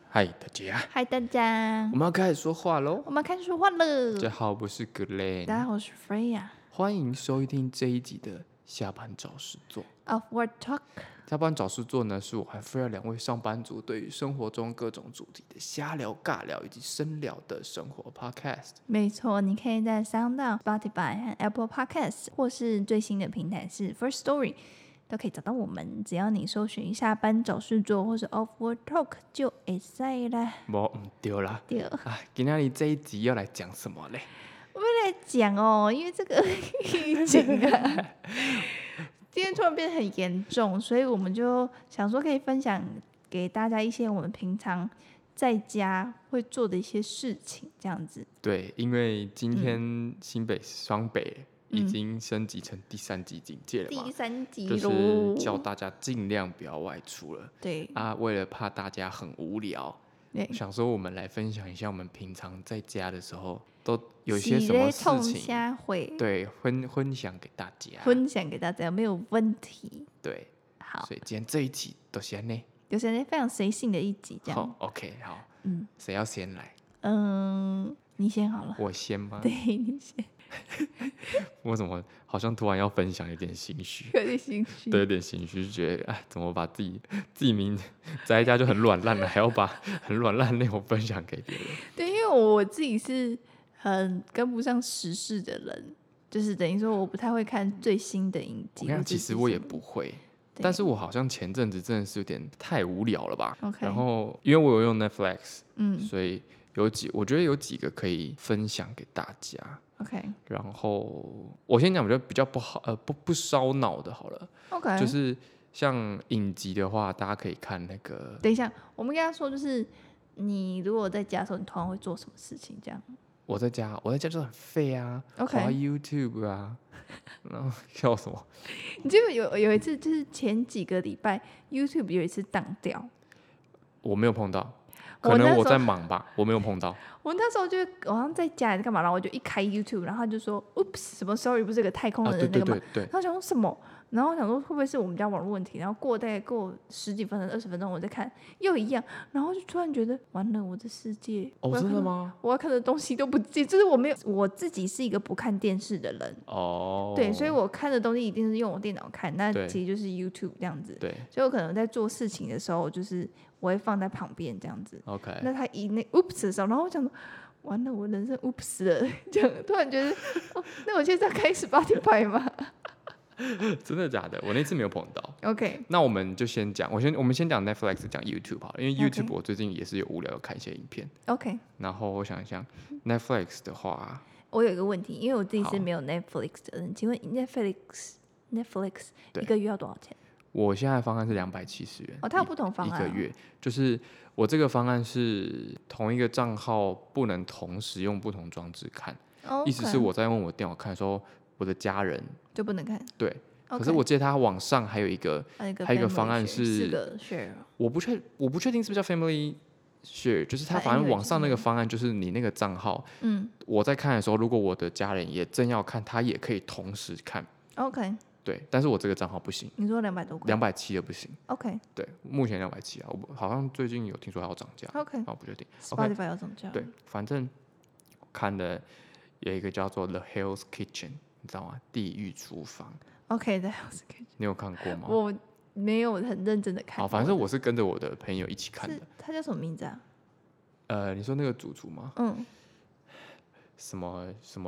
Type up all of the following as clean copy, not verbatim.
嗨，大家， 嗨，大家我，们要开始说话喽。 我们开始说话了。 大家好，我是 Glenn， 大家好，我是 Freya 欢迎收听这一集的下班找事做。 of Word Talk。 下班找事做呢，是我和 Freya 两位上班族对于生活中各种主题的瞎聊、尬聊以及深聊的生活 Podcast。 没错，你可以在 SoundOn、Spotify 和 Apple Podcast， 或是最新的平台是 First Story， 都可以找到我们。只要你搜寻下班找事做或是 of Word Talk 就会使啦。 不对啦， 对， 哎，今天这一集要来讲什么嘞？ 我们来讲哦，因为这个疫情啊，今天突然变得很严重，所以我们就想说可以分享给大家一些我们平常在家会做的一些事情，这样子。 对，因为今天新北、双北已经升级成第3级警戒了嘛， 第3集就是喽， 叫大家尽量不要外出了。 对啊，为了怕大家很无聊， 对， 想说我们来分享一下我们平常在家的时候都有一些什么事情， 下会对，分享给大家。 分享给大家，没有问题。 对， 好， 所以今天这一集都先呢。 就是非常随性的一集，这样。 好，OK， 好， 嗯谁要先来？ 你先好了。 我先吗？ 对，你先， 我怎么好像突然要分享，有点心虚。 有点心虚。 对，有点心虚，就觉得哎，怎么把自己明在家就很软烂了，还要把很软烂的内容分享给别人？ 对，因为我自己是很跟不上时事的人，就是等于说我不太会看最新的影集。 我跟你讲，其实我也不会，但是我好像前阵子真的是有点太无聊了吧。 OK 然后因为我有用 Netflix，所以我觉得有几个可以分享给大家。 OK 然后我先讲，我觉得比较不好，不烧脑的好了。 OK， 就是像影集的话，大家可以看那个。 等一下，我们跟他说，就是你如果在家的时候，你通常会做什么事情？这样。 我在家就很废啊 OK 滑 YouTube 啊，然后笑什么？ 你记得有一次，就是前几个礼拜 YouTube 有一次当掉， 我没有碰到，可能我在忙吧，我没有碰到。 我那时候就好像在家里干嘛，然后我就一开 YouTube， 然后他就说 ，Oops， 什么 Sorry， 不是有个太空人的那个吗？ 对， 然后想说什么？然后我想说会不会是我们家网络问题？然后大概过10几分钟、20分钟，我再看又一样，然后就突然觉得完了，我的世界真的吗？ 我要看的东西都不见，就是我自己是一个不看电视的人对，所以我看的东西一定是用我电脑看，那其实就是 YouTube 这样子。 对， 所以我可能在做事情的时候，就是我会放在旁边这样子。 OK， 那他那 Oops 的时候，然后我想说。完了，我人生 Oops 了，这样突然觉得，那我现在开 Spotify 吗？ 真的假的？我那次没有碰到。 OK， 那我们就先讲，我们先讲 Netflix， 讲 YouTube 好了，因为 YouTube OK 我最近也是有无聊看一些影片。 OK， 然后我想一下 Netflix 的话， 我有一个问题，因为我自己是没有 Netflix 的人，请问 Netflix 一个月要多少钱？ 我现在的方案是270元。 它有不同方案一个月，就是我这个方案是同一个账号不能同时用不同装置看，意思是我在用我电脑看的时候，我的家人就不能看。 对，可是我记得它网上还有一个方案是 4个 share， 我不确定是不是叫 Family Share， 就是它反正网上那个方案就是你那个账号，我在看的时候，如果我的家人也正要看，他也可以同时看。 OK， 对，但是我这个账号不行。 你说200多块 ？270的不行。 OK， 对，目前270啊，我好像最近有听说它要涨价。 OK， 我不确定。 Spotify 要涨价。 对，反正看的有一个叫做 The Hell's Kitchen， 你知道吗？地狱厨房。 OK，The Hell's Kitchen， 你有看过吗？ 我没有很认真的看。 好，反正我是跟着我的朋友一起看的。 他叫什么名字啊？ 你说那个主厨吗？什么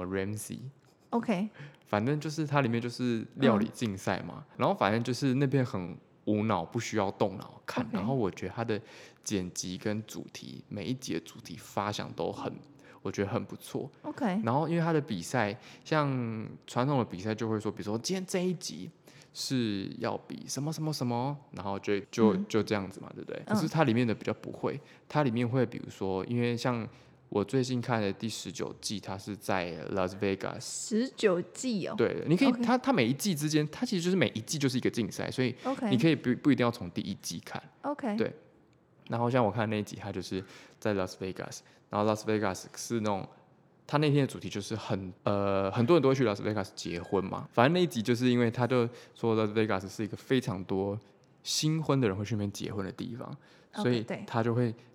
Ramsey。OK， 反正就是它里面就是料理竞赛嘛，然后反正就是那边很无脑，不需要动脑看。然后我觉得它的剪辑跟主题，每一集的主题发想都我觉得很不错。 OK， 然后因为它的比赛，像传统的比赛就会说，比如说今天这一集是要比什么什么什么，然后就这样子嘛，对不对？可是它里面的比较不会，它里面会比如说，因为像我最近看的第19季，它是在 Las Vegas。 19季哦。 对，你可以，它每一季之间，它其实就是每一季就是一个竞赛，所以你可以不一定要从第一季看。 OK， 对。然后像我看那一集，它就是在 Las Vegas， 然后 Las Vegas 是那种，他那天的主题就是很多人都会去 Las Vegas 结婚嘛。反正那一集就是因为他就说 Las Vegas 是一个非常多新婚的人会去那边结婚的地方，所以他就会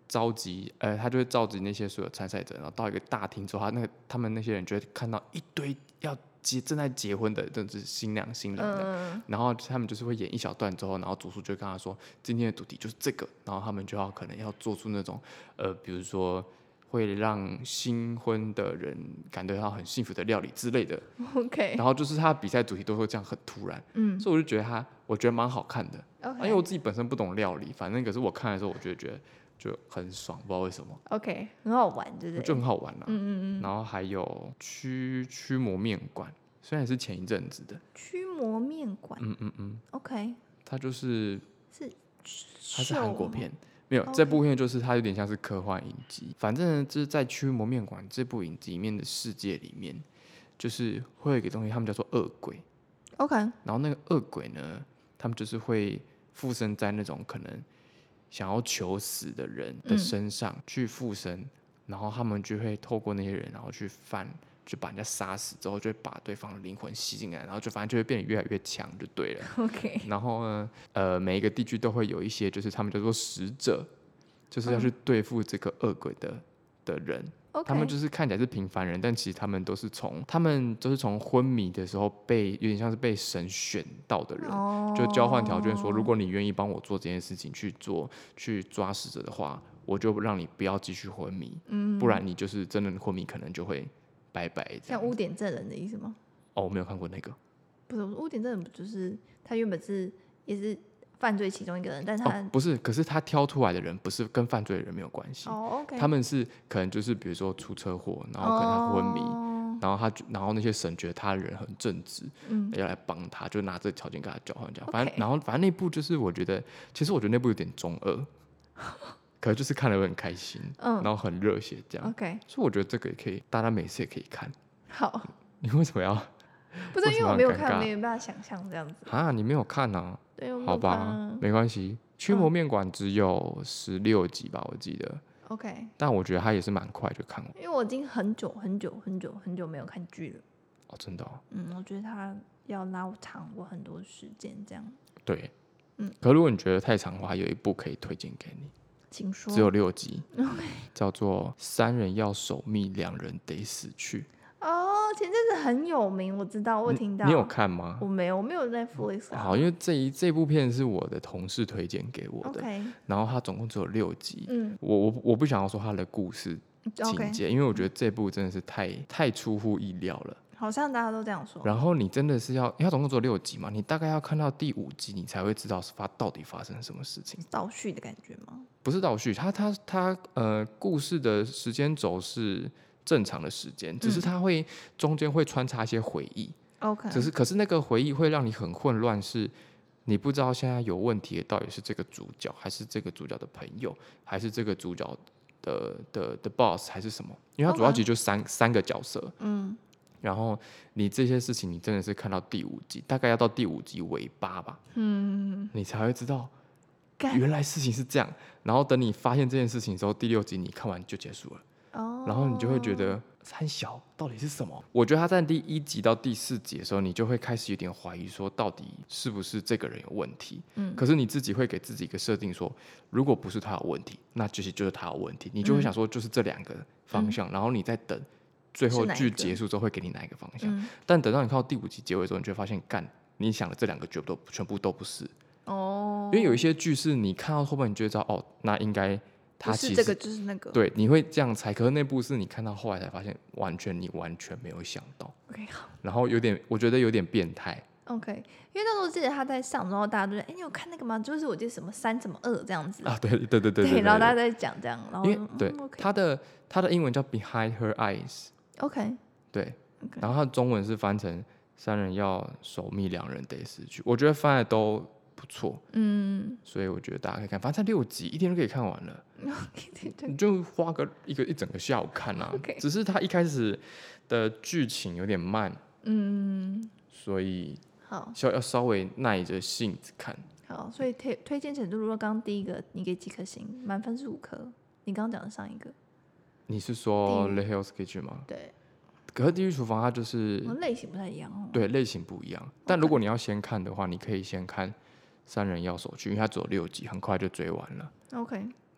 召集他就会召集那些所有参赛者，然后到一个大厅之后，他们那些人就会看到一堆正在结婚的，就是新娘新郎的，然后他们就是会演一小段之后，然后主厨就会跟他说今天的主题就是这个，然后他们就可能要做出那种比如说会让新婚的人感觉到很幸福的料理之类的。 OK。 然后就是他比赛主题都会这样很突然，所以我就觉得我觉得蛮好看的。因为我自己本身不懂料理，反正可是我看的时候，我就觉得就很爽，不知道为什么。 OK， 很好玩，对不对？ 就很好玩啦。然后还有驱魔面馆，虽然是前一阵子的。 驱魔面馆。OK。它就是它是韩国片，没有这部片就是它有点像是科幻影集。反正就是在驱魔面馆这部影集里面的世界里面，就是会有一个东西，他们叫做恶鬼。 OK。 然后那个恶鬼呢，他们就是会附身在那种可能想要求死的人的身上去附身，然后他们就会透过那些人，然后就把人家杀死之后，就会把对方的灵魂吸进来，然后反正就会变得越来越强，就对了。 OK。 然后呢，每一个地区都会有一些，就是他们叫做使者，就是要去对付这个恶鬼的人。他们就是看起来是平凡人，但其实他们都是从昏迷的时候有点像是被神选到的人，就交换条件说，如果你愿意帮我做这件事情去抓死者的话，我就让你不要继续昏迷，不然你就是真的昏迷，可能就会拜拜。 像污点证人的意思吗？ 我没有看过那个。 不是污点证人，不就是他原本也是犯罪其中一个人，但他不是，可是他挑出来的人不是跟犯罪的人没有关系。 OK。 他们是可能就是比如说出车祸，然后可能他昏迷，然后那些神觉得他人很正直，要来帮他，就拿这条件跟他交换这样。反正那部就是其实我觉得那部有点中二，可是就是看了会很开心，然后很热血这样。 OK。 所以我觉得这个也可以，大家每次也可以看。 好。 你为什么要？ 不是因为我没有看，没有办法想象这样子啊？你没有看啊？ 对， 好吧，没关系。驱魔面馆只有16集吧，我记得。 OK。 但我觉得它也是蛮快就看完， 因为我已经很久没有看剧了。 真的哦。 我觉得它要拉长我很多时间这样。 对。可如果你觉得太长的话，有一部可以推荐给你， 请说。 只有6集，叫做《3人要守密，2人得死去》。 前阵子很有名，我知道，我有听到。 你有看吗？ 我没有在 Netflix。 好，因为这部片是我的同事推荐给我的，然后它总共只有6集。我不想要说它的故事情节，因为我觉得这部真的是太出乎意料了。 好像大家都这样说。 然后你真的是因为它总共只有6集嘛，你大概要看到第5集，你才会知道到底发生什么事情。 倒叙的感觉吗？ 不是倒叙，它故事的时间轴是正常的时间，只是它中间会穿插一些回忆。 OK。 可是那个回忆会让你很混乱，是你不知道现在有问题的到底是这个主角，还是这个主角的朋友，还是这个主角的 boss， 还是什么？因为它主要其实就三个角色。然后你这些事情，你真的是看到第5集，大概要到第5集尾巴吧，你才会知道原来事情是这样。然后等你发现这件事情之后，第6集你看完就结束了。然后你就会觉得三小到底是什么？我觉得他在第1集到第4集的时候，你就会开始有点怀疑，说到底是不是这个人有问题？可是你自己会给自己一个设定说，如果不是他有问题，那就是他有问题。你就会想说，就是这2个方向，然后你再等最后剧结束之后会给你哪一个方向。但等到你看到第5集结尾之后，你就会发现，你想的这2个全部都不是。因为有一些剧是你看到后面，你就会知道，那应该。他其实这个就是那个， 对，你会这样猜。可是那部是你看到后来才发现，你完全没有想到。 OK， 好。 然后我觉得有点变态。 OK，因为那时候记得他在上，然后大家都说：“你有看那个吗？”就是我记得什么3什么2这样子啊，对。 然后大家在讲这样，然后因为对他的英文叫 Behind Her Eyes。OK。对，然后他的中文是翻成3人要守密，2人得死去。我觉得翻的都不错，所以我觉得大家可以看，反正才6集，一天就可以看完了。你就花一整个下午看啊。只是他一开始的剧情有点慢，所以要稍微耐着性子看。 好，所以推荐程度，如果刚刚第一个你给几颗星？满分是5颗。你刚刚讲的上一个， 你是说《The Hell's Kitchen》吗？ 对。 可是《地狱厨房》它就是类型不太一样哦。 对，类型不一样。但如果你要先看的话，你可以先看3人要守去，因为它只有6集，很快就追完了。 OK。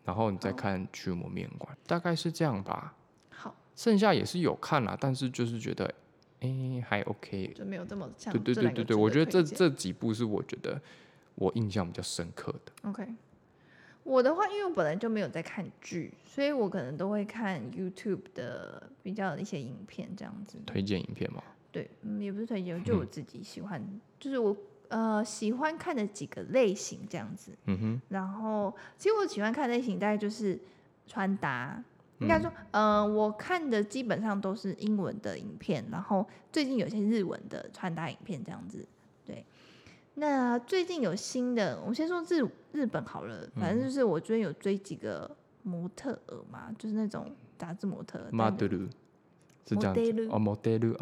然后你再看驱魔面馆，大概是这样吧。 好， 剩下也是有看啦，但是就是觉得还 OK， 就没有这么像。 对，我觉得这几部是我觉得我印象比较深刻的。 OK， 我的话，因为我本来就没有在看剧，所以我可能都会看 YouTube 的比较一些影片这样子。 推荐影片吗？ 对，也不是推荐，就我自己喜欢，就是我喜欢看的几个类型这样子。然后其实我喜欢看的类型大概就是穿搭，应该说我看的基本上都是英文的影片，然后最近有些日文的穿搭影片这样子。对，那最近有新的，我先说日本好了，反正就是我最近有追几个模特儿嘛，就是那种杂志模特儿。 model 是这样子哦 ，model，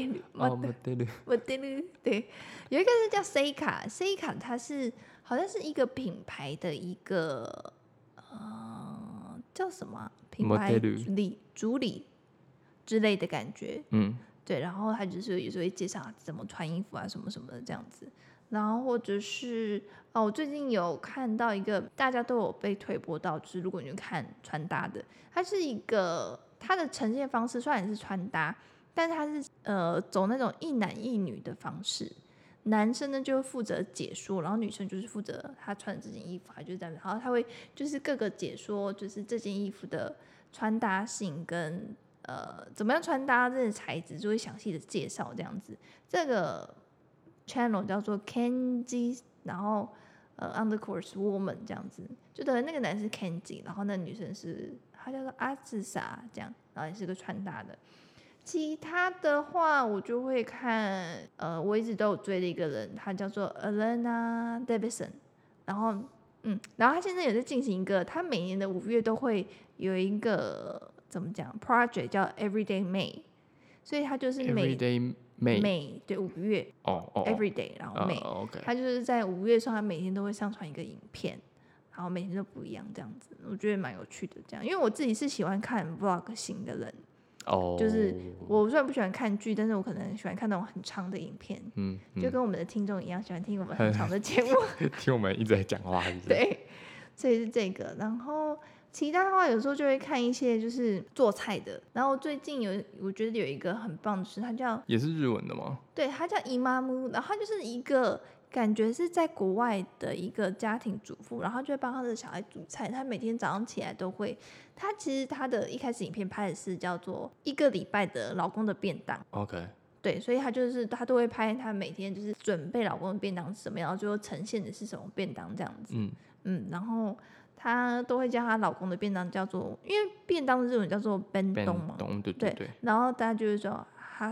对，有一个是叫 Seika， 它是好像是一个品牌的一个叫什么品牌主理之类的感觉。对，然后他就是有时候会介绍怎么穿衣服啊什么什么的这样子。然后或者是我最近有看到一个大家都有被推播到，就是如果你看穿搭的，它是一个它的呈现方式虽然也是穿搭，但是它是走那种一男一女的方式，男生呢就负责解说，然后女生就是负责他穿的这件衣服，他就是这样，然后他会就是各个解说，就是这件衣服的穿搭性跟怎么样穿搭这些材质，就会详细的介绍这样子。这个 channel 叫做 Kenji， 然后undercourse woman 这样子，就等于那个男是 Kenji， 然后那女生是她叫做阿志莎这样，然后也是个穿搭的。其他的话我就会看我一直都有追的一个人，他叫做 Elena Davidson， 然后他现在也在进行一个，他每年的5月都会有一个怎么讲 project 叫 Everyday May， 所以他就是 Everyday May 对5月Everyday， 然后 May，他就是在5月的时候，他每天都会上传一个影片，然后每天都不一样这样子，我觉得蛮有趣的这样，因为我自己是喜欢看 vlog 型的人。就是我虽然不喜欢看剧，但是我可能喜欢看那种很长的影片，就跟我们的听众一样，喜欢听我们很长的节目， 听我们一直在讲话，是不是？ 对，所以是这个。然后其他的话，有时候就会看一些就是做菜的。然后最近我觉得有一个很棒的是，它叫也是日文的吗？ 对，它叫姨妈木，然后它就是一个。感觉是在国外的一个家庭主妇，然后就会帮他的小孩煮菜。他每天早上起来都会，他其实他的一开始影片拍的是叫做1个礼拜的老公的便当。 OK， 对，所以他都会拍他每天就是准备老公的便当是什么样，然后最后呈现的是什么便当这样子。然后他都会叫他老公的便当叫做，因为便当的日文叫做 bendong 嘛， 对， 然后大家就会说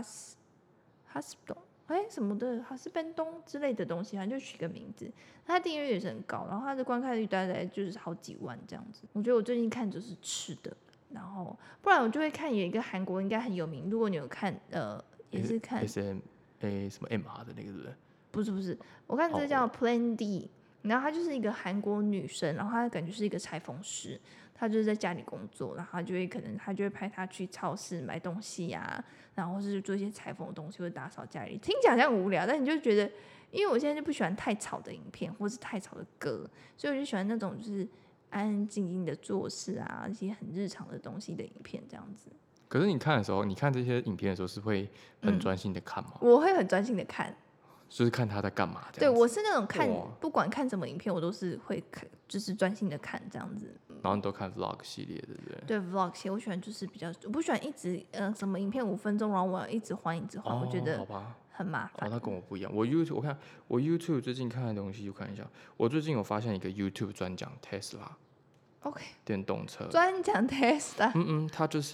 hasbon。什么的，还是奔东之类的东西，反正就取个名字。他订阅也是很高，然后他的观看率大概就是好几万这样子。我觉得我最近看就是吃的，然后不然我就会看有一个韩国应该很有名，如果你有看也是看 SMA 什么 MR 的那个是不是？不是，我看这个叫 Plan D， 然后她就是一个韩国女生，然后她感觉是一个裁缝师。他就是在家里工作，然后他就会拍他去超市买东西啊，然后是做一些裁缝的东西，或者打扫家里。听起来好像很无聊，但你就觉得，因为我现在就不喜欢太吵的影片，或是太吵的歌，所以我就喜欢那种就是安安静静的做事啊，一些很日常的东西的影片这样子。 可是你看的时候，你看这些影片的时候，是会很专心的看吗？ 我会很专心的看。 就是看他在干嘛这样子。对，我是那种看不管看什么影片，我都是会看，就是专心的看这样子。 然后你都看 vlog 系列，对不对？ 对 vlog 系列，我喜欢就是比较，我不喜欢一直什么影片5分钟，然后我要一直换，我觉得很麻烦。 那跟我不一样。我 YouTube 最近看的东西，我看一下。我最近有发现一个 YouTube 专讲 Tesla，OK， 电动车专讲 Tesla。 他就是。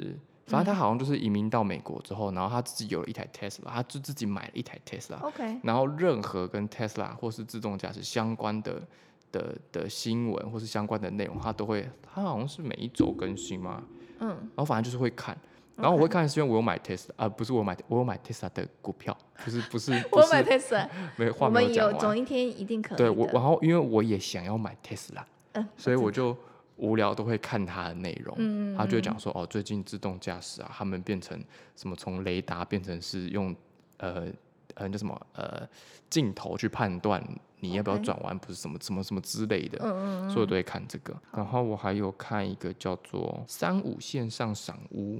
反正他好像就是移民到美国之后，然后他自己有了一台 Tesla， 他就自己买了一台 Tesla。然后任何跟 Tesla 或是自动驾驶相关的新闻或是相关的内容，他好像是每一周更新嘛。然后反正就是会看，然后我会看是因为我有买 Tesla，不是我有买 Tesla 的股票，不是我买 Tesla， 没话没有讲完。 我们有总一天一定可以。 对，然后因为我也想要买 Tesla，所以我就。无聊都会看他的内容，他就会讲说最近自动驾驶啊，他们变成什么从雷达变成是用叫什么镜头去判断你要不要转弯，不是什么什么什么之类的，所以我都会看这个。然后我还有看一个叫做35线上赏屋。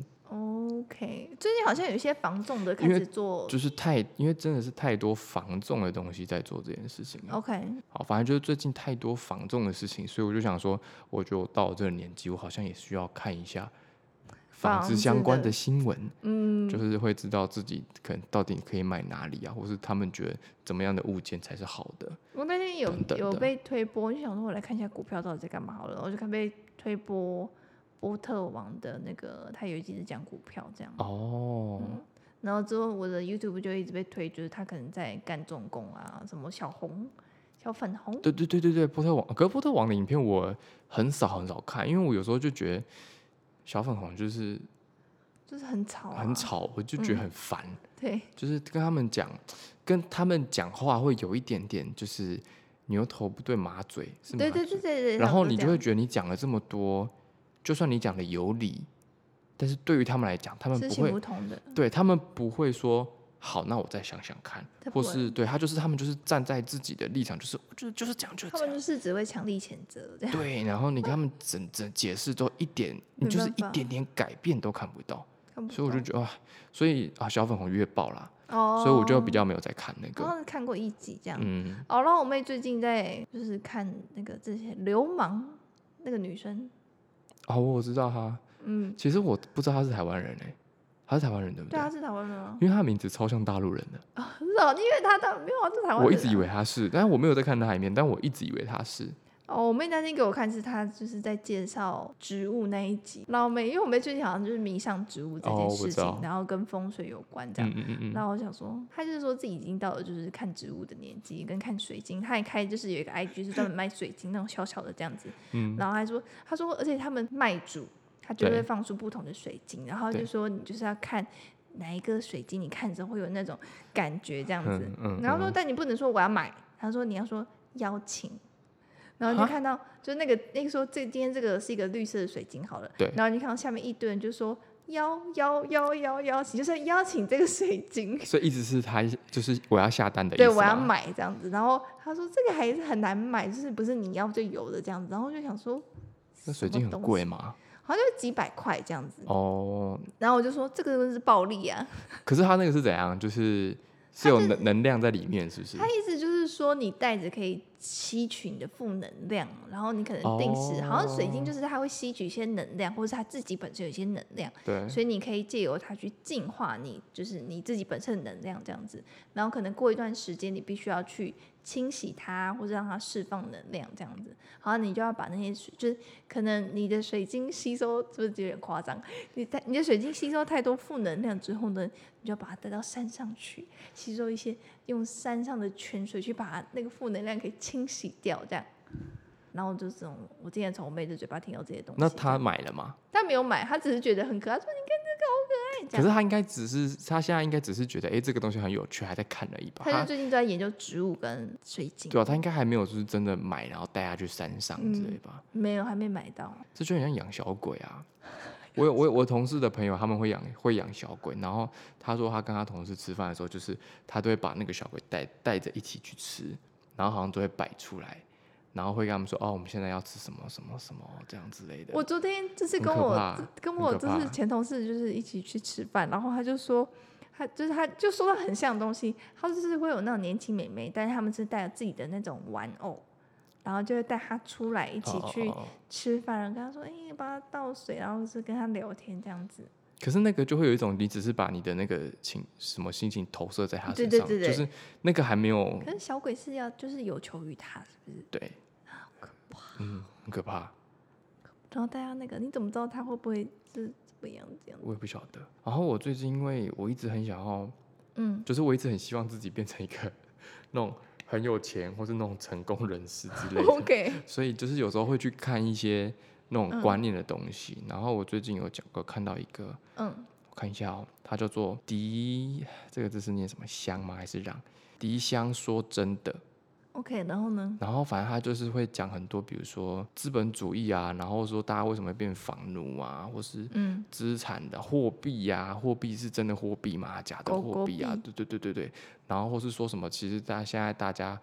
OK， 最近好像有一些房仲的开始做， 就是因为真的是太多房仲的东西在做这件事情了。 OK， 好，反正就是最近太多房仲的事情，所以我就想说，我觉得我到了这个年纪，我好像也需要看一下房子相关的新闻，就是会知道自己可能到底可以买哪里啊，或是他们觉得怎么样的物件才是好的。 我那天有被推播，就想说我来看一下股票到底在干嘛好了，我就看被推播。波特王的那个，他有一集是讲股票这样。然后之后我的 YouTube 就一直被推，就是他可能在干重工啊，什么小粉红。 对，波特王。可是波特王的影片我很少看，因为我有时候就觉得小粉红就是很吵， 很吵，我就觉得很烦。 对， 就是跟他们讲话会有一点点，就是牛头不对马嘴，是马嘴。对。然后你就会觉得你讲了这么多。就算你讲的有理，但是对于他们来讲，他们不会，对他们不会说好，那我再想想看，或是对他们就是站在自己的立场，就是我觉得就是这样，他们就是只会强力谴责这样。 对，然后你跟他们整解释都你就是一点点改变都看不到，所以我就觉得哇，所以小粉红约爆啦，所以我就比较没有在看那个， 然后看过一集这样，然后我妹最近在就是看那个这些流氓那个女生。 我知道他，其实我不知道他是台湾人他是台湾人对不对？ 对，他是台湾人啊， 因为他的名字超像大陆人的是哦，因为他没有是台湾人， 我一直以为他是，但是我没有在看他一面，但我一直以为他是。 我妹那天给我看是她就是在介绍植物那一集，然后因为我妹最近好像就是迷上植物这件事情，然后跟风水有关这样，然后我想说，她就是说自己已经到了就是看植物的年纪，跟看水晶，她还开就是有一个 IG 是专门卖水晶那种小小的这样子，然后她说，而且他们卖主，他就会放出不同的水晶，然后就说你就是要看哪一个水晶，你看着会有那种感觉这样子，然后说但你不能说我要买，他说你要说邀请。然后就看到，就那个说今天这个是一个绿色的水晶好了， 对。 然后你看到下面一堆人就说邀请，就是邀请这个水晶。 所以意思是他就是我要下单的意思，对，我要买这样子。然后他说这个还是很难买，就是不是你要就有的这样子。然后就想说， 那水晶很贵吗？ 好像就几百块这样子。然后我就说这个是暴利啊。 可是他那个是怎样？就是有能量在里面，是不是？ 他意思就是说你带着可以吸取你的负能量，然后你可能定时，好像水晶就是它会吸取一些能量，或者是它自己本身有一些能量， 对， 所以你可以借由它去净化你，就是你自己本身的能量这样子，然后可能过一段时间你必须要去清洗它，或者让它释放能量这样子，好，你就要把那些水，就是可能你的水晶吸收，是不是有点夸张？你的水晶吸收太多负能量之后呢，你就要把它带到山上去，吸收一些用山上的泉水去把那个负能量给清洗掉，这样。然后就是我之前从我妹的嘴巴听到这些东西。 那他买了吗？ 他没有买，他只是觉得很可爱，说你看这个好可爱。 可是他现在应该只是觉得，这个东西很有趣，还在看而已吧。 他就最近都在研究植物跟水晶。 对啊，他应该还没有就是真的买，然后带他去山上之类吧。 没有，还没买到。 这就很像养小鬼啊。我同事的朋友他们会养小鬼，然后他说他跟他同事吃饭的时候，就是他都会把那个小鬼带着一起去吃，然后好像都会摆出来。然后会跟他们说我们现在要吃什么什么什么这样之类的。 我昨天就是跟我就是前同事就是一起去吃饭，然后他就说他就说到很像的东西，他就是会有那种年轻妹妹，但是他们是带着自己的那种玩偶，然后就会带他出来一起去吃饭，然后跟他说帮他倒水，然后是跟他聊天这样子。 可是那个就会有一种你只是把你的那个什么心情投射在他身上，对，就是那个还没有。 可是小鬼是要就是有求于他，是不是？ 对。 好可怕。 很可怕。 然后大家那个，你怎么知道他会不会是怎么样这样？ 我也不晓得。然后我最近因为我一直很想要，就是我一直很希望自己变成一个那种很有钱或是那种成功人士之类的。 OK。 所以就是有时候会去看一些那种观念的东西。然后我最近有看到一个，我看一下它叫做这个字是念什么香吗？还是让迪香说真的 ？OK， 然后呢？ 然后反正他就是会讲很多，比如说资本主义啊，然后说大家为什么会变房奴啊，或是资产的货币啊，货币是真的货币吗？假的货币啊，对。然后或是说什么，其实现在大家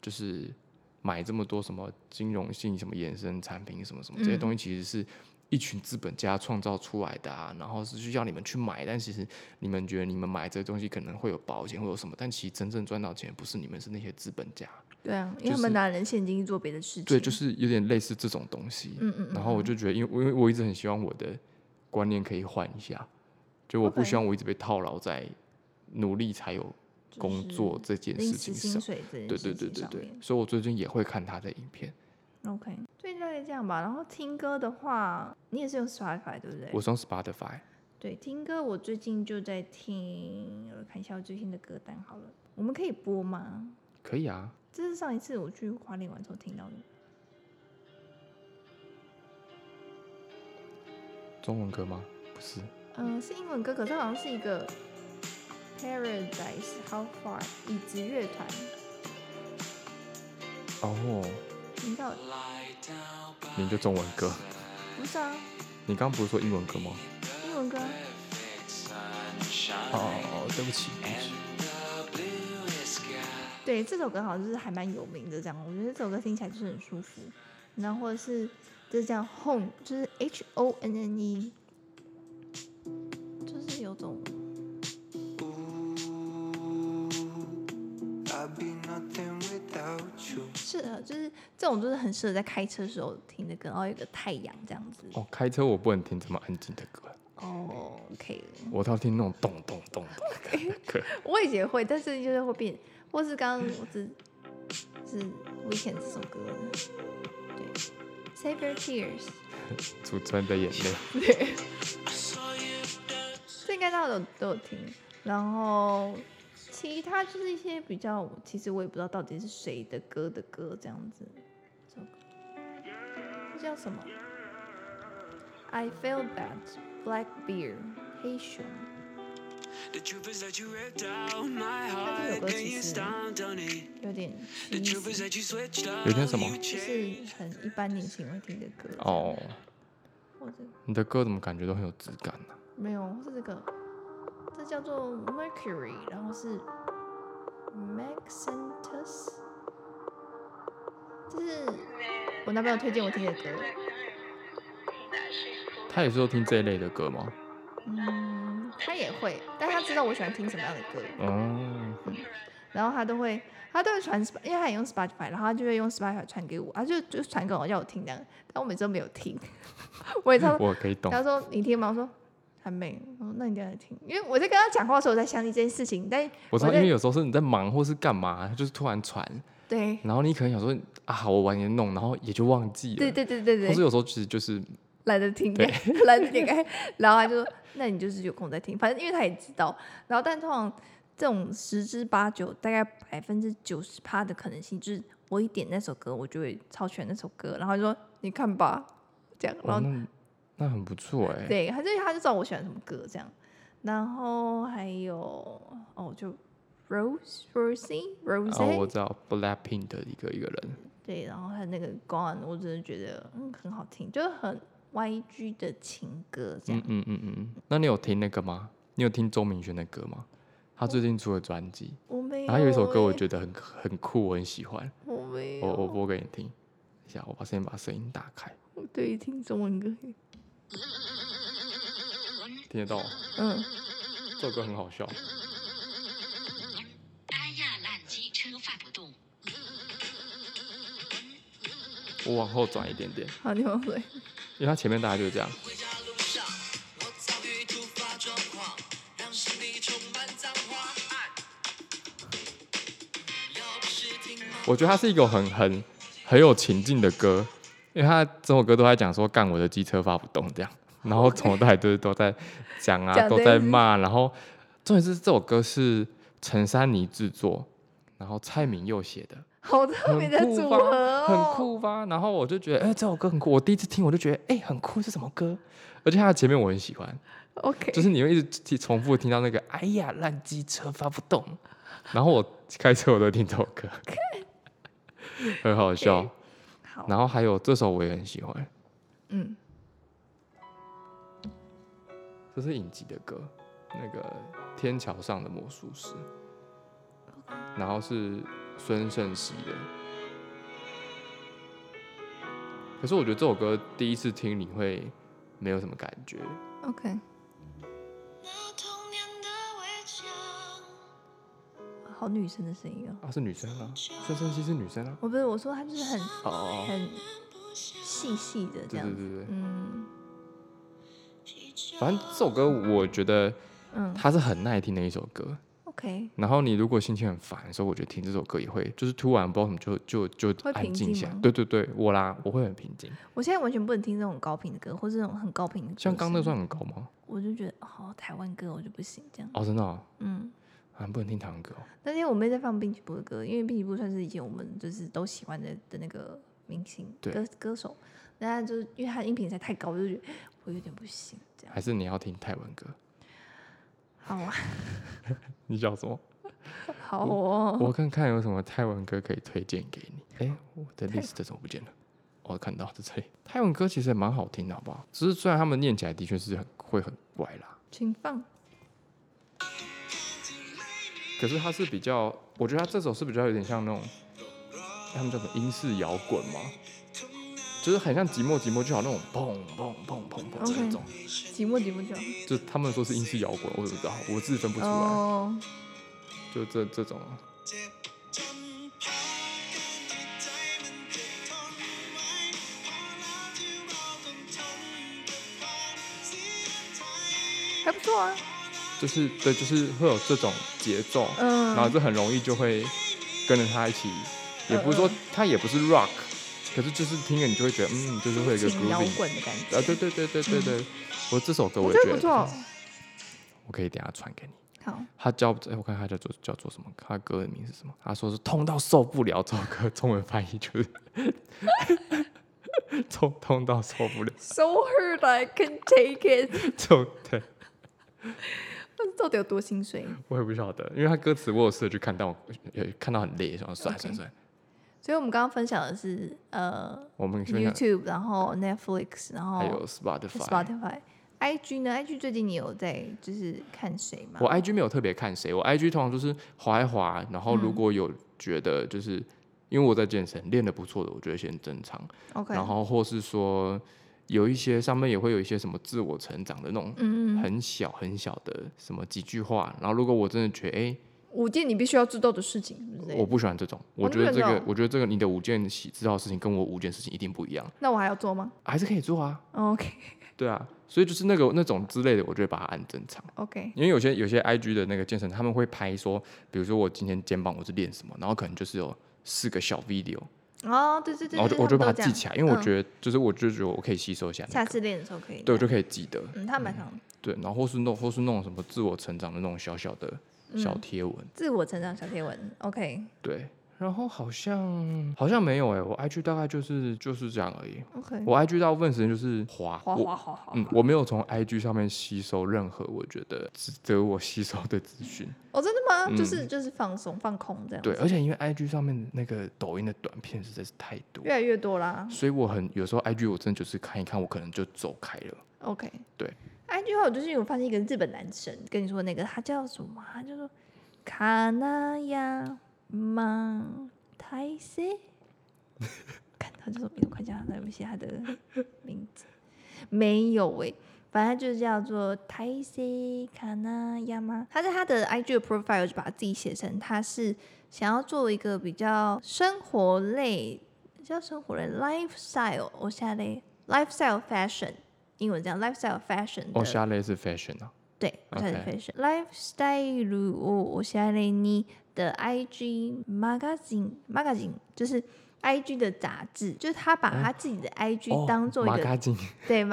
就是买这么多什么金融性什么衍生产品什么什么这些东西，其实是一群资本家创造出来的啊，然后是需要你们去买，但其实你们觉得你们买这些东西可能会有保险，会有什么，但其实真正赚到钱不是你们，是那些资本家。 对啊，因为他们拿人现金做别的事情。 对，就是有点类似这种东西。然后我就觉得，因为我一直很希望我的观念可以换一下，就我不希望我一直被套牢在努力才有工作这件事情上。对，所以我最近也会看他的影片。 OK， 最近大概这样吧。然后听歌的话，你也是用 Spotify 对不对？ 我是用 Spotify。 对，听歌我最近就在听，我看一下我最新的歌单好了。我们可以播吗？ 可以啊。 这是上一次我去花莲玩的时候听到的。 中文歌吗？不是。 是英文歌，可是好像是一个 Paradise How Far 椅子乐团。 哦。 听到？ 你就中文歌？ 不是啊。 你刚刚不是说英文歌吗？ 英文歌。 哦，对不起。 对，这首歌好像就是还蛮有名的，这样我觉得这首歌听起来就是很舒服，然后或者是就是这样 Hone， 就是 HONNE， 就是有种适合，就是这种就是很适合在开车的时候听的歌，然后有一个太阳这样子。 哦，开车我不能听这么安静的歌。 哦 ，OK。 我要听那种咚咚咚的歌。 我以前会，但是就是会变。或是刚刚我是 Weeknd 这首歌的，对 ，Save Your Tears， 储存的眼泪， 对，这应该大家都有听。然后其他就是一些比较，其实我也不知道到底是谁的歌这样子。这叫什么 ？I Feel Bad Black Bear 黑熊。他这首歌其实有点有点什么？ 就是很一般年轻人会听的歌哦。你的歌怎么感觉都很有质感呢？ 没有，是这个，这叫做 Mercury， 然后是 Maxentus， 这是我男朋友推荐我听的歌。 他也是都听这一类的歌吗？ 他也会，但他知道我喜欢听什么样的歌。然后他都会传，因为他也用 Spotify， 然后他就会用 Spotify 传给我，他就传给我叫我听这样，但我每次都没有听。 我可以懂。 他说你听吗？我说还没。我说那你等一下听，因为我在跟他讲话的时候我在想你这件事情，但我知道，因为有时候是你在忙或是干嘛，就是突然传。 对。 然后你可能想说啊，我晚点弄，然后也就忘记了。 对。 或是有时候其实就是懒得听，懒得点开，然后他就说那你就是有空再听，反正因为他也知道。然后但通常这种10之8九，大概90%的可能性，就是我一点那首歌，我就会超喜欢那首歌，然后就说你看吧，这样，然后那很不错哎。 对，他就知道我喜欢什么歌这样。然后还有就 Rosie， 我知道 Blackpink 的一个人。 对，然后他那个 Gone， 我真的觉得很好听，就是很 YG 的情歌这样。 那你有听那个吗？你有听周明轩的歌吗？他最近出了专辑， 我没有。 然后有一首歌我觉得很酷，我很喜欢。 我没有。 我播给你听一下，我先把声音打开。 我对听中文歌。 听得到吗？这首歌很好笑。 哎呀，烂机车发不动。 我往后转一点点。 好，你往回。 因为它前面大概就是这样。我觉得它是一个很有情境的歌，因为它整首歌都在讲说干我的机车发不动这样，然后从头到尾都在讲啊，都在骂，然后重点是这首歌是陈珊妮制作，然后蔡旻佑写的。 好特别的组合哦， 很酷吧？然后我就觉得，这首歌很酷。我第一次听，我就觉得，很酷，是什么歌？而且它的前面我很喜欢 ，OK， 就是你会一直重复听到那个“哎呀，烂机车发不动”，然后我开车我都听这首歌，很好笑。 好， 然后还有这首我也很喜欢，这是影集的歌，那个《天桥上的魔术师》，然后是孙盛熙的。可是我觉得这首歌第一次听你会没有什么感觉。 OK。好女生的声音哦。 是女生啊，孙盛熙是女生啊。 不是，我说她就是很细细的这样子。对。 反正这首歌我觉得，它是很耐听的一首歌。 OK。 然后你如果心情很烦的时候，我觉得听这首歌也会，就是突然不知道什么就安静下来。对，我会很平静。我现在完全不能听这种高频的歌，或是这种很高频的歌。 像刚那算很高吗？ 我就觉得台湾歌我就不行这样。 真的哦。不能听台湾歌哦。 那天我妹在放滨崎步的歌，因为滨崎步算是以前我们就是都喜欢的那个明星歌手，但就是因为他的音频实在太高，我就觉得我有点不行这样。 还是你要听台湾歌？ 好啊。 你叫什么？ 好哦。 我看看有什么台湾歌可以推荐给你。我的 list 怎么不见了？我看到在这里。台湾歌其实也蛮好听的，好不好？只是虽然他们念起来的确是会很怪啦。 请放。 可是它是比较，我觉得它这首是比较有点像那种，他们叫什么英式摇滚嘛，就是很像寂寞就好那种砰砰砰砰砰那种。 寂寞就好。 就他们说是英式摇滚，我怎么知道？我自己分不出来。就这种。 还不错啊。 就是会有这种节奏，然后就很容易就会跟着他一起，也不是说他也不是 rock， 可是就是听了你就会觉得，就是会有一个 grooving 摇滚的感觉。 对，我这首歌我也觉得不错， 我可以等一下传给你。 好， 我看他叫做什么？他歌的名是什么？他说是痛到受不了，这首歌中文翻译就是痛到受不了。 So hurt I can take it 对。 但是到底有多心碎？ 我也不晓得，因为他歌词我有试着去看，但我看到很累，想算。 所以我们刚刚分享的是我们 YouTube， 然后 Netflix， 然后还有 Spotify。IG 呢 ？IG 最近你有在就是看谁吗？ 我 IG 没有特别看谁，我 IG 通常就是滑一滑，然后如果有觉得就是因为我在健身练得不错的，我就会先珍藏。 OK。 然后或是说有一些上面也会有一些什么自我成长的那种很小的什么几句话，然后如果我真的觉得 5件你必须要知道的事情， 我不喜欢这种。我觉得这个你的5件知道的事情跟我5件事情一定不一样。 那我还要做吗？ 还是可以做啊。 OK。 对啊，所以就是那种之类的，我就会把它按正常。 OK。 因为有些 IG 的那个健身，他们会拍说，比如说我今天肩膀我是练什么，然后可能就是有4个小 video。 对。 然后我就把它记起来，因为我觉得我就觉得我可以吸收一下。 下次练的时候可以。 对，我就可以记得。 他蛮常。 对，然后或是那种什么自我成长的那种小小的小贴文。 自我成长小贴文 ，OK。 对。然后好像没有我 IG 大概就是这样而已。 OK。 我 IG 大部分时间就是滑。我没有从 IG 上面吸收任何我觉得值得我吸收的资讯。 真的吗？就是放松放空这样。 对，而且因为 IG 上面那个抖音的短片实在是太多， 越来越多啦。 所以有时候 IG 我真的就是看一看，我可能就走开了。 OK。 对。 IG 还有就是我发现一个日本男生，跟你说那个他叫什么？他叫做卡纳亚。泰塞，看他叫什么名字？快讲，他有写他的名字没有反正就叫做泰塞卡纳亚吗？他在他的 IG 的 profile 就把自己写成他是想要做一个比较生活类，叫生活类 lifestyle， おしゃれ lifestyle fashion， 英文这样 lifestyle fashion。 おしゃれ是 fashion 啊？ 对，おしゃれ fashion。lifestyle をおしゃれに的 IG magazine 就是 IG 的杂志，就是他把他自己的 IG 当做一个对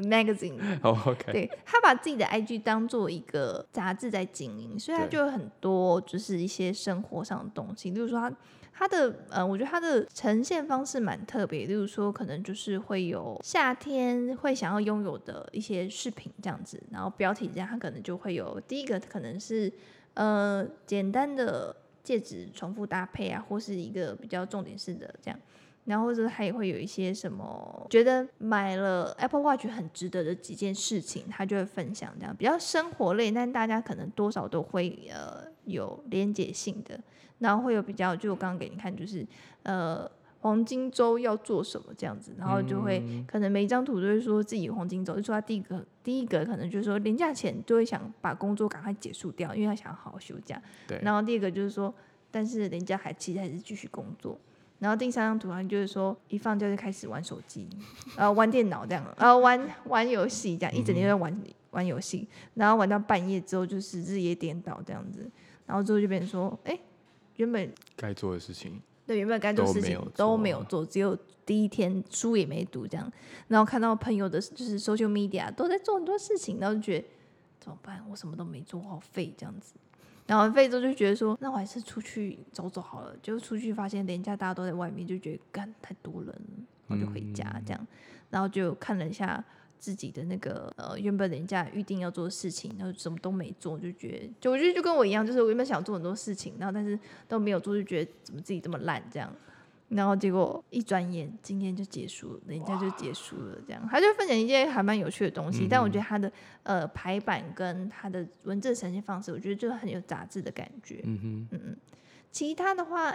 magazine， 对，他把自己的 IG 当做一个杂志在经营，所以他就有很多就是一些生活上的东西，例如说他的我觉得他的呈现方式蛮特别，例如说可能就是会有夏天会想要拥有的一些饰品这样子，然后标题这样，他可能就会有第一个可能是简单的戒指重复搭配啊，或是一个比较重点式的这样， 然后或者他也会有一些什么觉得买了 Apple Watch 很值得的几件事情，他就会分享，这样比较生活类，但大家可能多少都会有连结性的，然后会有比较，就我刚刚给你看，就是黄金周要做什么这样子，然后就会可能每一张图都会说自己有黄金周，就说他第一个可能就是说年假前就会想把工作赶快结束掉，因为他想要好好休假， 对， 然后第二个就是说，但是年假其实还是继续工作。然后第三张图上就是说，一放假就开始玩手机，玩电脑这样，玩游戏这样，一整天都在玩游戏，然后玩到半夜之后就是日夜颠倒这样子，然后之后就变成说，原本该做的事情， 对，原本该做的事情都没有做，只有第一天书也没读这样，然后看到朋友的就是 social media 都在做很多事情，然后就觉得怎么办？我什么都没做，好废这样子。然后废之后就觉得说，那我还是出去走走好了。就出去发现连假大家都在外面，就觉得干太多人了，然后就回家这样。然后就看了一下自己的那个原本连假预定要做的事情，然后什么都没做，就觉得我觉得就跟我一样，就是我原本想做很多事情，然后但是都没有做，就觉得怎么自己这么烂这样。然后结果一转眼今天就结束了，人家就结束了这样。他就分享一些还蛮有趣的东西，但我觉得他的排版跟他的文字呈现方式，我觉得就很有杂志的感觉。其他的话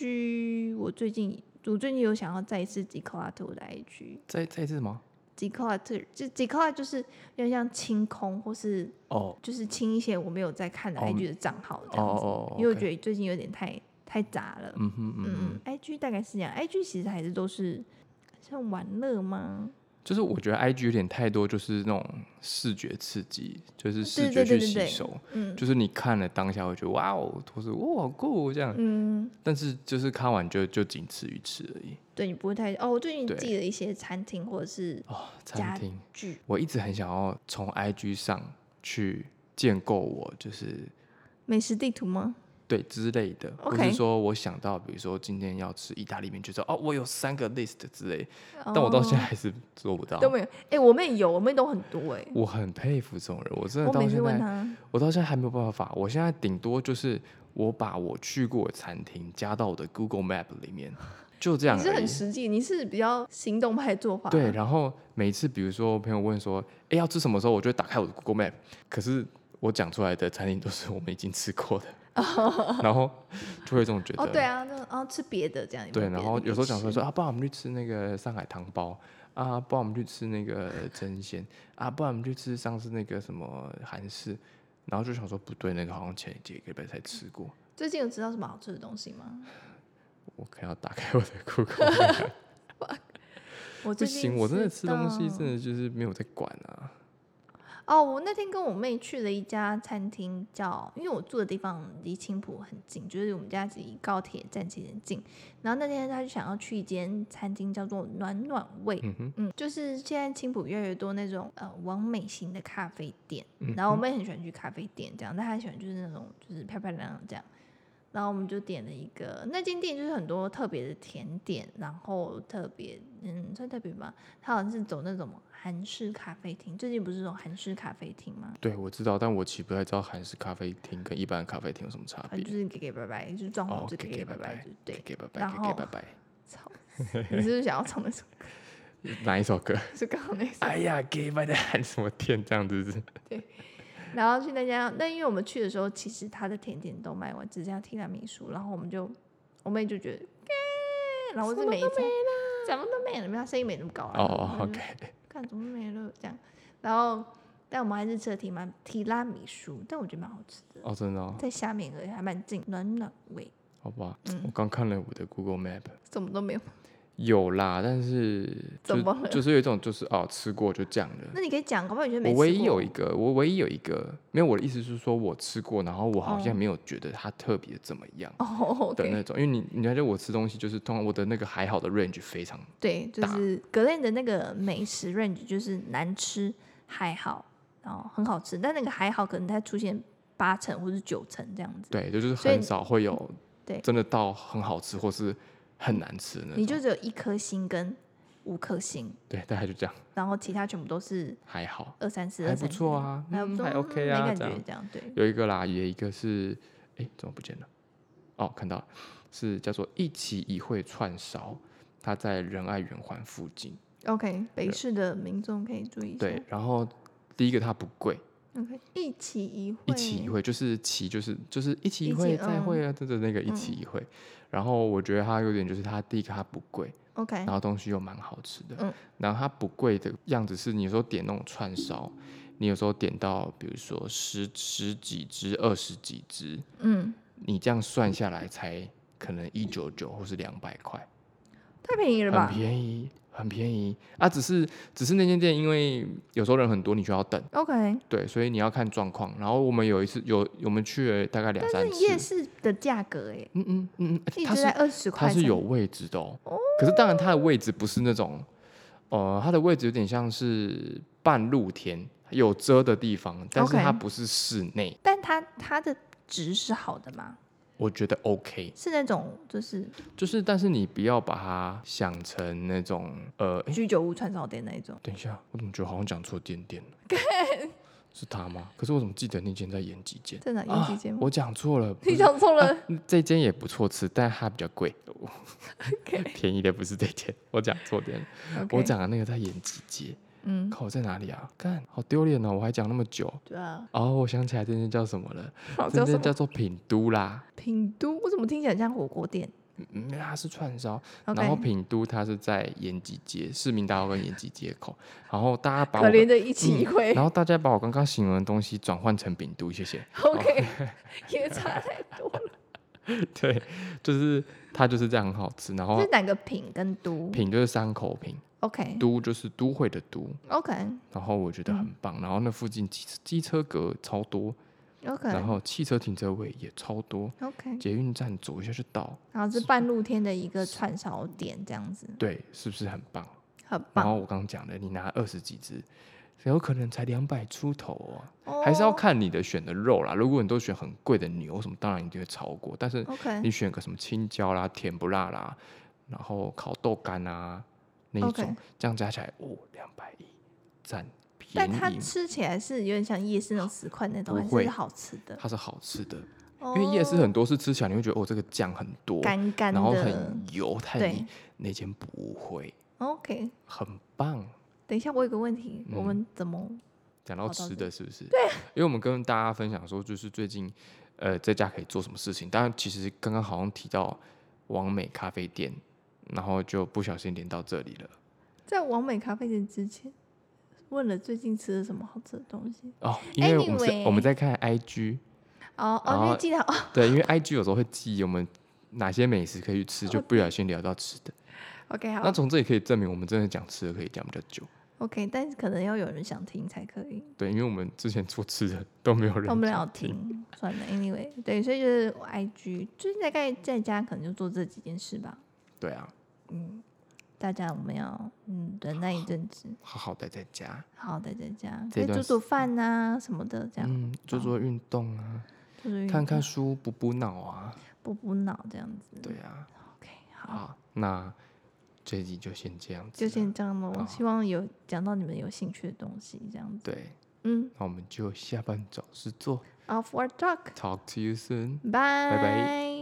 ，IG 我最近有想要再一次 declutter 我的 IG。 再一次吗 ？declutter 就 declutter 就是有点像清空，或是就是清一些我没有在看的 IG 的账号这样子，因为我觉得最近有点太杂了。IG 大概是这样。IG 其实还是都是像玩乐吗？ 就是我觉得 IG 有点太多，就是那种视觉刺激，就是视觉去吸收，就是你看了当下会觉得哇哦，或是哇好酷这样，但是就是看完就仅此于此而已。 对，你不会太我最近记了一些餐厅或者是餐厅剧，我一直很想要从 IG 上去建构我就是美食地图吗？ 对之类的，或是说我想到，比如说今天要吃意大利面，就说我有3个 list 之类，但我到现在还是做不到， 都没有。我们也有，我们都很多我很佩服这种人，我真的到现在，我到现在还没有办法。我现在顶多就是我把我去过的餐厅加到我的 Google Map 里面，就这样而已。 你是很实际，你是比较行动派的做法。 对，然后每次比如说朋友问说，要吃什么时候，我就会打开我的 Google Map， 可是我讲出来的餐厅都是我们已经吃过的。然后就会有这种觉得对啊，吃别的这样。 对，然后有时候讲说不然我们去吃那个上海汤包啊，不然我们去吃那个蒸鲜啊，不然我们去吃上次那个什么韩式，然后就想说不对，那个好像前几个礼拜才吃过。 最近有吃到什么好吃的东西吗？ 我可能要打开我的 Google 不行，我真的吃东西真的就是没有在管啊。 我那天跟我妹去了一家餐厅，因为我住的地方离青埔很近，就是我们家离高铁站其实很近。然后那天她就想要去一间餐厅，叫做暖暖味。就是现在青埔越来越多那种网美型的咖啡店，然后我妹很喜欢去咖啡店这样，但她喜欢就是那种就是漂漂亮亮这样。然后我们就点了一个，那间店就是很多特别的甜点，然后特别算特别吧，它好像是走那种韩式咖啡厅，最近不是这种韩式咖啡厅吗？ 对，我知道，但我其实不太知道韩式咖啡厅跟一般的咖啡厅有什么差别。 就是给给拜拜，就是装潢就给给拜拜，对， 给拜拜，给拜拜。 操，你是不是想要唱那首歌？ 哪一首歌？ 是刚刚那首。 哎呀，给拜的喊什么天这样子？ 对。然后去那家，但因为我们去的时候，其实他的甜点都卖完，只剩下提拉米苏。然后我妹就觉得，然后我是每一餐怎么都没了，因为他生意没那么高啊。 OK。 看怎么没了这样，然后但我们还是吃了提拉米苏，但我觉得蛮好吃的。 真的在下面而已，还蛮近，暖暖味。 好吧，我刚看了我的 Google Map， 什么都没有。 有啦，但是就是有一种就是吃过就这样的。 那你可以讲，搞不好你觉得没吃过。 我唯一有一个，没有，我的意思是说我吃过，然后我好像没有觉得它特别怎么样的那种。因为你觉得我吃东西就是通常我的那个还好的 range 非常大， 对，就是Glen的那个美食 range 就是难吃还好，然后很好吃，但那个还好可能它出现8成或是9成这样子。 对，就是很少会有真的到很好吃或是很难吃的那种。 你就只有1颗星跟5颗星， 对，大概就这样。 然后其他全部都是还好 ，2、3、4， 还不错啊，还 OK 啊， 没感觉这样。对， 有一个啦，也一个是，怎么不见了？看到了，是叫做一期一会串烧， 它在仁爱圆环附近。 OK， 北市的民众可以注意一下。 对，然后第一个它不贵。 OK， 一期一会。 一期一会就是期就是一期一会再会啊，对对，那个一期一会。然后我觉得它有点就是它第一个它不贵。 OK， 然后东西又蛮好吃的。然后它不贵的样子是，你有时候点那种串烧，你有时候点到比如说十几只、20几只，你这样算下来才可能199或是200块， 太便宜了吧？ 很便宜，很便宜啊！只是那间店，因为有时候人很多，你就要等。 OK， 对，所以你要看状况。然后我们有一次我们去了大概2-3次。 但是夜市的价格一直在20块， 它是有位置的哦。可是当然它的位置不是那种，它的位置有点像是半露天，有遮的地方，但是它不是室内。 但它的值是好的吗？ 我觉得 OK， 是那种就是， 但是你不要把它想成那种居酒屋串烧店那一种。 等一下，我怎么觉得好像讲错店了？是他吗？可是我怎么记得那间在延吉间？ 在哪延吉间吗？ 我讲错了。 你讲错了。 这间也不错吃，但它比较贵。便宜的不是这间，我讲错店了。我讲的那个在延吉街。靠，在哪里啊？干，好丢脸哦！我还讲那么久。 对啊。 我想起来这间叫什么了？这间叫做品都啦。 品都？我怎么听起来像火锅店？ 它是串烧。然后品都它是在延吉街市民大道跟延吉街口。然后大家把可怜的一期一会。 然后大家把我刚刚形容的东西转换成品都，谢谢。 OK， 也差太多了。 对，就是它就是这样很好吃。然后是哪个品跟都？ 品就是3口品。 OK， 都就是都会的都。 OK， 然后我觉得很棒。然后那附近机车格超多。 OK， 然后汽车停车位也超多。 OK， 捷运站走一下就到。 然后是半露天的一个串烧店这样子。 对，是不是很棒？ 很棒。 然后我刚刚讲的，你拿20几只，有可能才200出头哦。还是要看你的选的肉啦。如果你都选很贵的牛什么，当然一定会超过。但是你选个什么青椒啦、甜不辣啦，然后烤豆干啊那一种，这样加起来210，赞，便宜。 但它吃起来是有点像夜市那种10块那种，还是好吃的？ 它是好吃的。因为夜市很多是吃起来你会觉得这个酱很多， 干干的， 然后很油太腻。那间不会。 OK， 很棒。 等一下，我有个问题，我们怎么讲到吃的，是不是？ 对， 因为我们跟大家分享说，就是最近在家可以做什么事情。当然，其实刚刚好像提到网美咖啡店，然后就不小心连到这里了。 在网美咖啡店之前，问了最近吃了什么好吃的东西因为我们在看 IG。 你记得对，因为 IG 有时候会记我们哪些美食可以去吃，就不小心聊到吃的。 OK， 好。 那从这里可以证明，我们真的讲吃的可以讲比较久。 OK， 但是可能要有人想听才可以。 对，因为我们之前做吃的都没有人想听，算了 ，Anyway， 对，所以就是 IG， 最近大概在家可能就做这几件事吧。 对啊。 大家我们要忍耐一阵子， 好好待在家， 好好待在家，可以煮饭啊什么的，这样做运动啊，看看书，补脑啊， 补脑这样子。 对啊。 OK， 好， 那这一集就先这样子， 就先这样咯。希望有讲到你们有兴趣的东西，这样子。 对，那我们就下班找事做。 Off work talk to you soon， 拜拜拜。